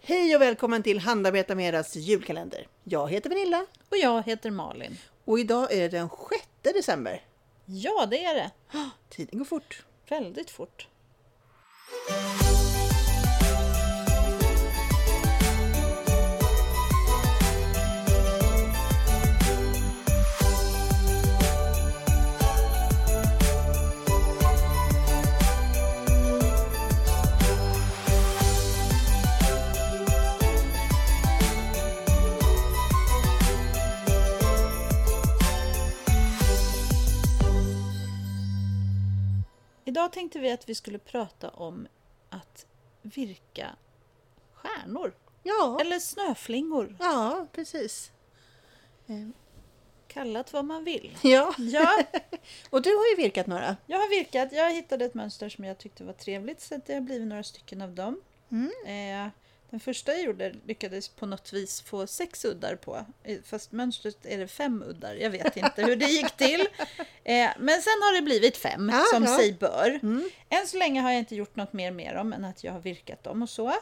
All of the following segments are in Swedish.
Hej och välkommen till Handarbeta med eras julkalender. Jag heter Venilla. Och jag heter Malin. Och idag är det den 6 december. Ja, det är det. Tiden går fort. Väldigt fort. Idag tänkte vi att vi skulle prata om att virka stjärnor. Ja, Eller snöflingor. ja precis. Kallat vad man vill. Ja, Ja, och du har ju virkat några. jag har virkat. Jag hittade ett mönster som jag tyckte var trevligt. Så att det har blivit några stycken av dem. Den första jag gjorde lyckades på något vis få 6 uddar på. Fast mönstret är det 5 uddar. Jag vet inte hur det gick till. Men sen har det blivit 5 som sig bör. Än så länge har jag inte gjort något mer med dem än att jag har virkat dem och så.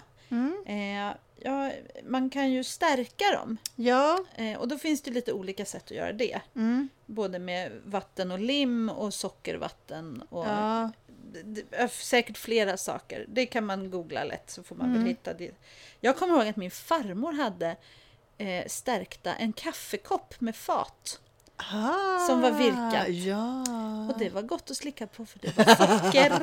Man kan ju stärka dem. Ja. Och då finns det lite olika sätt att göra det. Både med vatten och lim och sockervatten och säkert flera saker. Det kan man googla lätt så får man väl hitta det. Jag kommer ihåg att min farmor hade stärkta en kaffekopp med fat. Som var virkat. Ja. Och det var gott att slicka på för det var socker.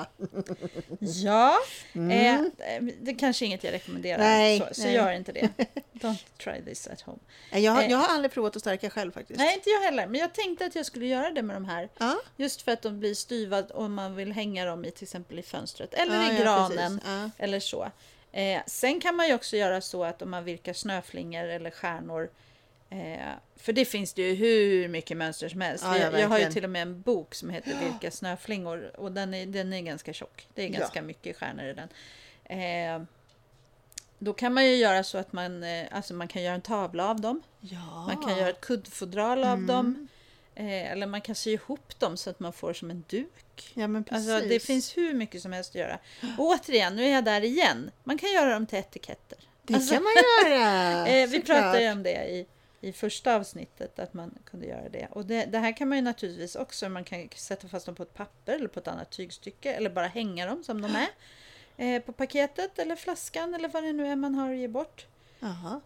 Ja. Det är kanske inget jag rekommenderar. Nej, så nej. gör inte det. Don't try this at home. Jag har aldrig provat att stärka själv faktiskt. Nej, inte jag heller. Men jag tänkte att jag skulle göra det med de här. Ja. Just för att de blir styvad om man vill hänga dem i till exempel i fönstret. Eller Ja, i ja, granen. precis. Ja. Eller så. Sen kan man ju också göra så att om man virkar snöflingor eller stjärnor. För det finns det ju hur mycket mönster som helst. Ja, jag har ju till och med en bok som heter Virka snöflingor. Och den är ganska tjock. Det är ganska mycket stjärnor i den. Då kan man ju göra så att man kan göra en tavla av dem. Ja. Man kan göra ett kuddfodral av dem. Eller man kan sy ihop dem så att man får som en duk. Ja, men precis. Alltså, det finns hur mycket som helst att göra. Och återigen, nu är jag där igen. Man kan göra dem till etiketter. Det kan man göra. Vi pratade ju om det i första avsnittet, att man kunde göra det. Och det här kan man ju naturligtvis också, man kan sätta fast dem på ett papper eller på ett annat tygstycke. Eller bara hänga dem som de är. På paketet eller flaskan eller vad det nu är man har att ge bort. Jaha.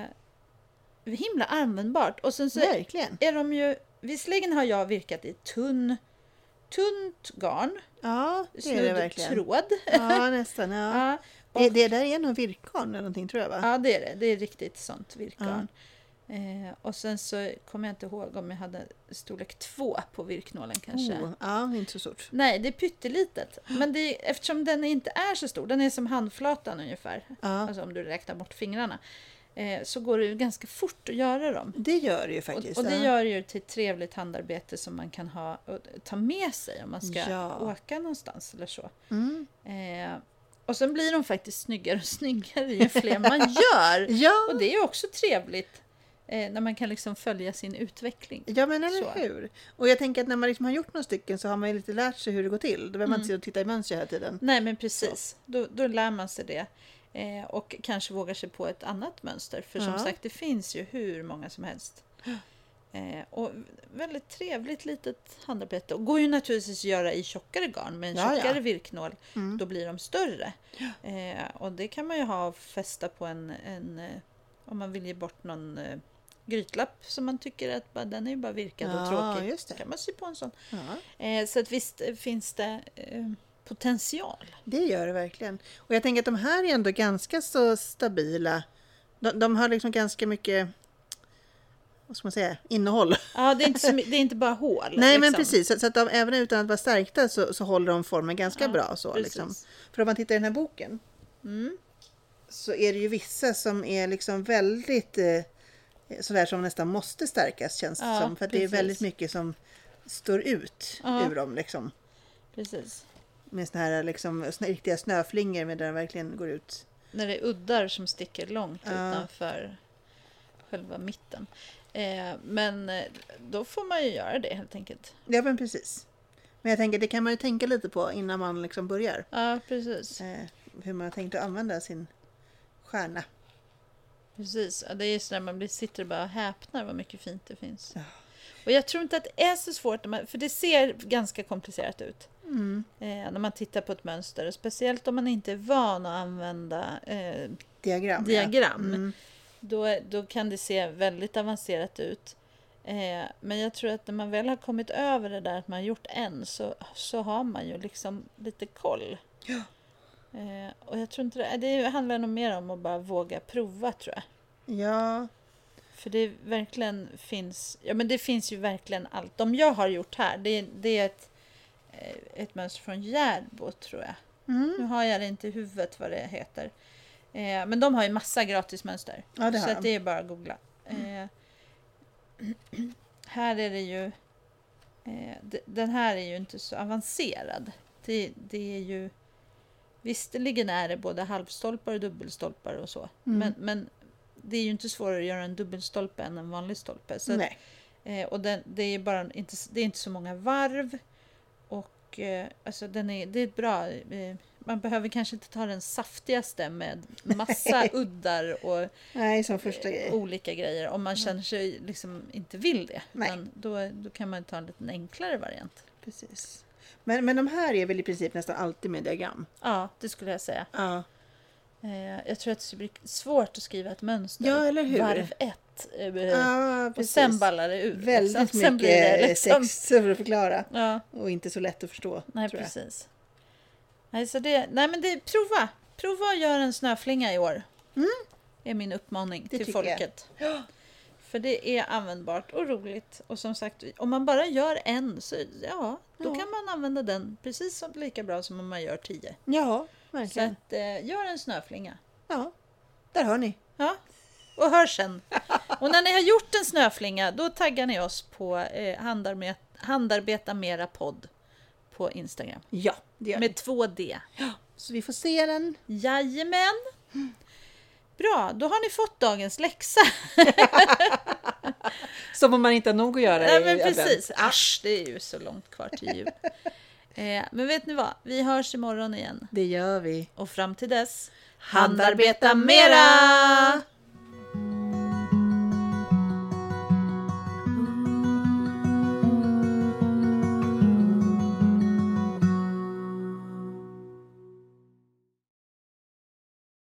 Himla användbart. Och sen så Verkligen. är de ju, visserligen har jag virkat i tunt garn. Ja, det är det verkligen. Tråd. Ja, nästan. Ja. Ja, Det där är nog virkgarn eller någonting tror jag va? ja, det är det. Det är riktigt sånt virkgarn. Och sen så kommer jag inte ihåg om jag hade storlek 2 på virknålen kanske. Ja, inte så stort. Nej, det är pyttelitet. Men eftersom den inte är så stor, den är som handflatan ungefär. Ja. Alltså om du räknar bort fingrarna. Så går det ju ganska fort att göra dem. Det gör det ju faktiskt. Och det gör ju till ett trevligt handarbete som man kan ha och ta med sig om man ska åka någonstans eller så. Och sen blir de faktiskt snyggare och snyggare ju fler man gör. Ja. Och det är också trevligt när man kan liksom följa sin utveckling. Ja, men eller hur? Och jag tänker att när man liksom har gjort några stycken så har man ju lite lärt sig hur det går till. Då behöver man inte sitta och titta i mönster hela tiden. Nej, men precis. Då lär man sig det. Och kanske vågar sig på ett annat mönster. För som sagt, det finns ju hur många som helst. Och väldigt trevligt litet handarbete. Och går ju naturligtvis att göra i tjockare garn. Med en tjockare virknål. Då blir de större. Och det kan man ju ha och fästa på en om man vill ge bort någon grytlapp som man tycker att den är ju bara virkad och tråkig. Just det. Så kan man sy på en sån. Ja. Så att visst finns det potential. Det gör det verkligen. Och jag tänker att de här är ändå ganska så stabila. De har liksom ganska mycket, vad ska man säga, innehåll. Ja, det är inte bara hål. Nej, liksom. men precis. Så att de, även utan att vara stärkta så håller de formen ganska bra. Så, liksom. För om man tittar i den här boken så är det ju vissa som är liksom väldigt sådär som nästan måste stärkas känns det som. För att det är väldigt mycket som står ut ur dem liksom. Precis. Med såna här liksom, riktiga snöflingor med där de verkligen går ut. När det är uddar som sticker långt utanför själva mitten. Men då får man ju göra det helt enkelt. Ja, men precis. Men jag tänker, det kan man ju tänka lite på innan man liksom börjar. Ja, precis. Hur man har tänkt att använda sin stjärna. Precis, det är så där man sitter och bara häpnar vad mycket fint det finns. Ja. Och jag tror inte att det är så svårt, för det ser ganska komplicerat ut. När man tittar på ett mönster. Och speciellt om man inte är van att använda diagram. Ja. Då kan det se väldigt avancerat ut. Men jag tror att när man väl har kommit över det där att man har gjort så har man ju liksom lite koll. Ja. Och jag tror inte det handlar nog mer om att bara våga prova, tror jag. Ja. För det verkligen finns, men det finns ju verkligen allt. De jag har gjort här, det är ett mönster från Järbo, tror jag. Nu har jag det inte i huvudet vad det heter. Men de har ju massa gratismönster. Ja, det så har att det är bara att googla. Här är det ju den här är ju inte så avancerad. Det är ju visserligen är det både halvstolpar och dubbelstolpar och så. Men det är ju inte svårare att göra en dubbelstolpe än en vanlig stolpe. Så Nej. Och det är bara det är inte så många varv. Och alltså det är ett bra... man behöver kanske inte ta den saftigaste med massa uddar och som första grej. Olika grejer. Om man känner sig liksom inte vill det. Men då kan man ta en lite enklare variant. Precis. Men de här är väl i princip nästan alltid med diagram? Ja, det skulle jag säga. Ja. Jag tror att det blir svårt att skriva ett mönster. Ja, eller hur? Varv 1. Ja, och sen ballar det ur. Väldigt liksom. mycket blir det liksom... text för att förklara. Ja. Och inte så lätt att förstå. Nej, precis. Prova att göra en snöflinga i år. Är min uppmaning till folket. Ja. För det är användbart och roligt. Och som sagt, om man bara gör en så då kan man använda den precis som lika bra som om man gör 10. Ja, verkligen. Så att, gör en snöflinga. Ja, där hör ni. Ja, och hör sen. Och när ni har gjort en snöflinga, då taggar ni oss på Handarbeta Mera podd på Instagram. Ja, det gör med 2D. Ja, så vi får se den. Jajamän. Bra, då har ni fått dagens läxa. Som om man inte har nog att göra. Nej, men precis. Asch, det är ju så långt kvar till jul. Men vet ni vad? Vi hörs imorgon igen. Det gör vi. Och fram till dess, handarbeta mera!